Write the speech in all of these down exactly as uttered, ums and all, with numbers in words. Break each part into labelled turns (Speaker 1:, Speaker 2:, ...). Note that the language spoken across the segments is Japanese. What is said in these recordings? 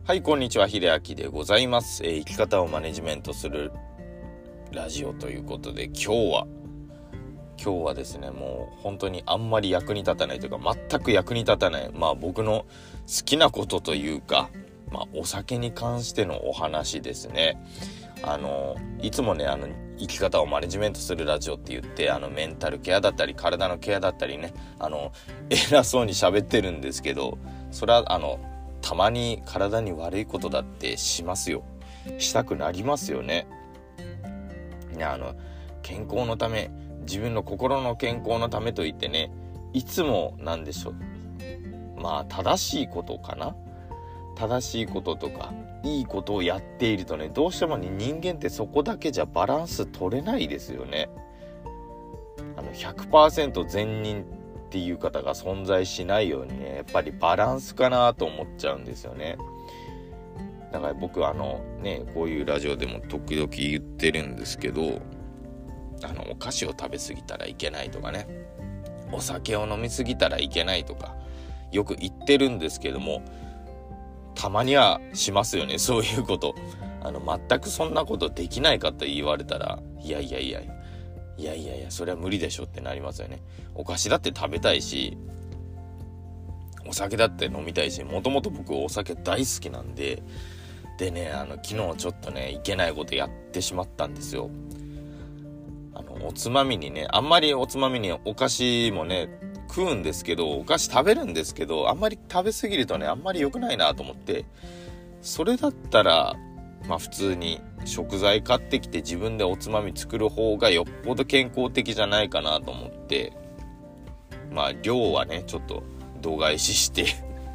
Speaker 1: はい、こんにちは。秀明でございます、えー、生き方をマネジメントするラジオということで、今日は今日はですね、もう本当にあんまり役に立たないというか、全く役に立たない、まあ僕の好きなことというか、まあお酒に関してのお話ですね。あのいつもね、あの生き方をマネジメントするラジオって言って、あのメンタルケアだったり体のケアだったりね、あの偉そうに喋ってるんですけど、それはあのたまに体に悪いことだってしますよ。したくなりますよね。いや、あの健康のため、自分の心の健康のためと言ってね、いつもなんでしょう、まあ正しいことかな正しいこととかいいことをやっているとね、どうしても、ね、人間ってそこだけじゃバランス取れないですよね。あの ひゃくパーセント 善人っていう方が存在しないようにね、やっぱりバランスかなと思っちゃうんですよね。だから僕あのね、こういうラジオでも時々言ってるんですけど、あのお菓子を食べ過ぎたらいけないとかね、お酒を飲み過ぎたらいけないとかよく言ってるんですけども、たまにはしますよね、そういうこと。あの全くそんなことできないかと言われたら、いやいやいやいやいやいやそれは無理でしょってなりますよね。お菓子だって食べたいし、お酒だって飲みたいし、もともと僕お酒大好きなんで、でね、あの昨日ちょっとねいけないことやってしまったんですよ。あのおつまみにね、あんまりおつまみにお菓子もね食うんですけど、お菓子食べるんですけど、あんまり食べ過ぎるとね、あんまり良くないなと思って、それだったらまあ普通に食材買ってきて自分でおつまみ作る方がよっぽど健康的じゃないかなと思って、まあ量はねちょっと度外視して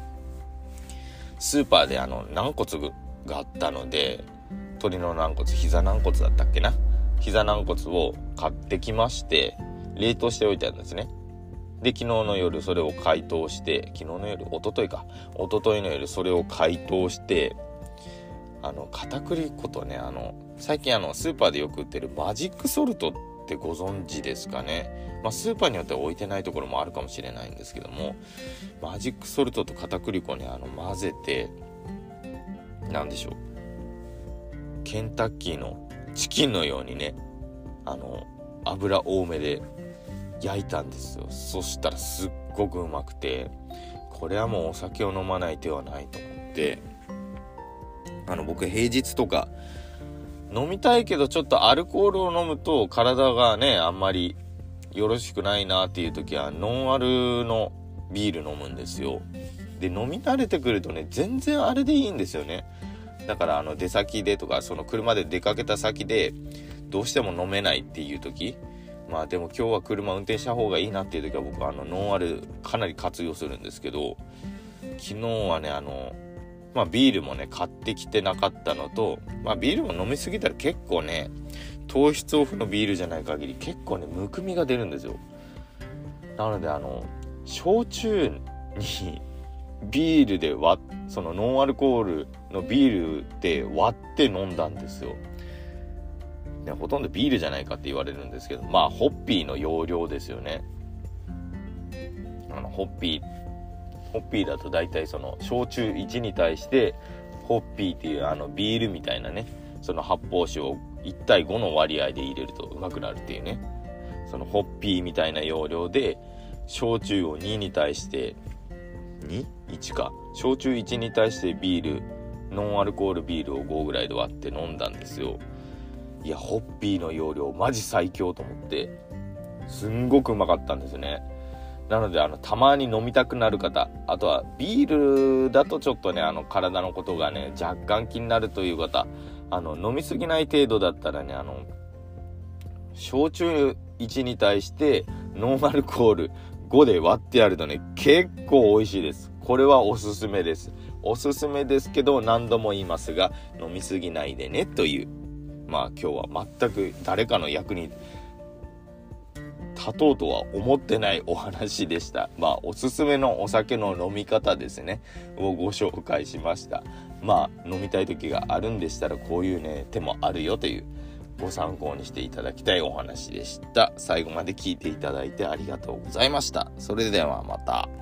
Speaker 1: スーパーであの軟骨があったので、鶏の軟骨、膝軟骨だったっけな、膝軟骨を買ってきまして、冷凍しておいてあるんですね。で昨日の夜それを解凍して、昨日の夜一昨日か一昨日の夜それを解凍して、あの片栗粉とね、あの最近あのスーパーでよく売ってるマジックソルトってご存知ですかね。まあスーパーによっては置いてないところもあるかもしれないんですけども、マジックソルトと片栗粉ね、あの混ぜて、なんでしょう、ケンタッキーのチキンのようにね、あの油多めで焼いたんですよ。そしたらすっごくうまくて、これはもうお酒を飲まない手はないと思って、あの僕平日とか飲みたいけどちょっとアルコールを飲むと体がねあんまりよろしくないなっていう時はノンアルのビール飲むんですよ。で飲み慣れてくるとね、全然あれでいいんですよね。だからあの出先でとか、その車で出かけた先でどうしても飲めないっていう時、まあでも今日は車運転した方がいいなっていう時は、僕はあのノンアルかなり活用するんですけど、昨日はねあのまあビールもね買ってきてなかったのと、まあビールも飲みすぎたら結構ね、糖質オフのビールじゃない限り結構ねむくみが出るんですよ。なのであの焼酎にビールで割っそのノンアルコールのビールで割って飲んだんですよ。でほとんどビールじゃないかって言われるんですけど、まあホッピーの容量ですよね。あのホッピーホッピーだと大体その焼酎いちに対してホッピーっていうあのビールみたいなね、その発泡酒をいち対ごの割合で入れるとうまくなるっていうね、そのホッピーみたいな容量で焼酎をにに対してに いちか、焼酎いちに対してビール、ノンアルコールビールをごぐらいで割って飲んだんですよ。いやホッピーの容量マジ最強と思って、すんごくうまかったんですね。なのであのたまに飲みたくなる方、あとはビールだとちょっとねあの体のことがね若干気になるという方、あの飲みすぎない程度だったらね、あの焼酎いちに対してノンアルコールごで割ってやるとね結構美味しいです。これはおすすめです。おすすめですけど、何度も言いますが飲みすぎないでねという、まあ今日は全く誰かの役に立とうとは思ってないお話でした。まあおすすめのお酒の飲み方ですねをご紹介しました。まあ飲みたい時があるんでしたらこういうね手もあるよという、ご参考にしていただきたいお話でした。最後まで聞いていただいてありがとうございました。それではまた。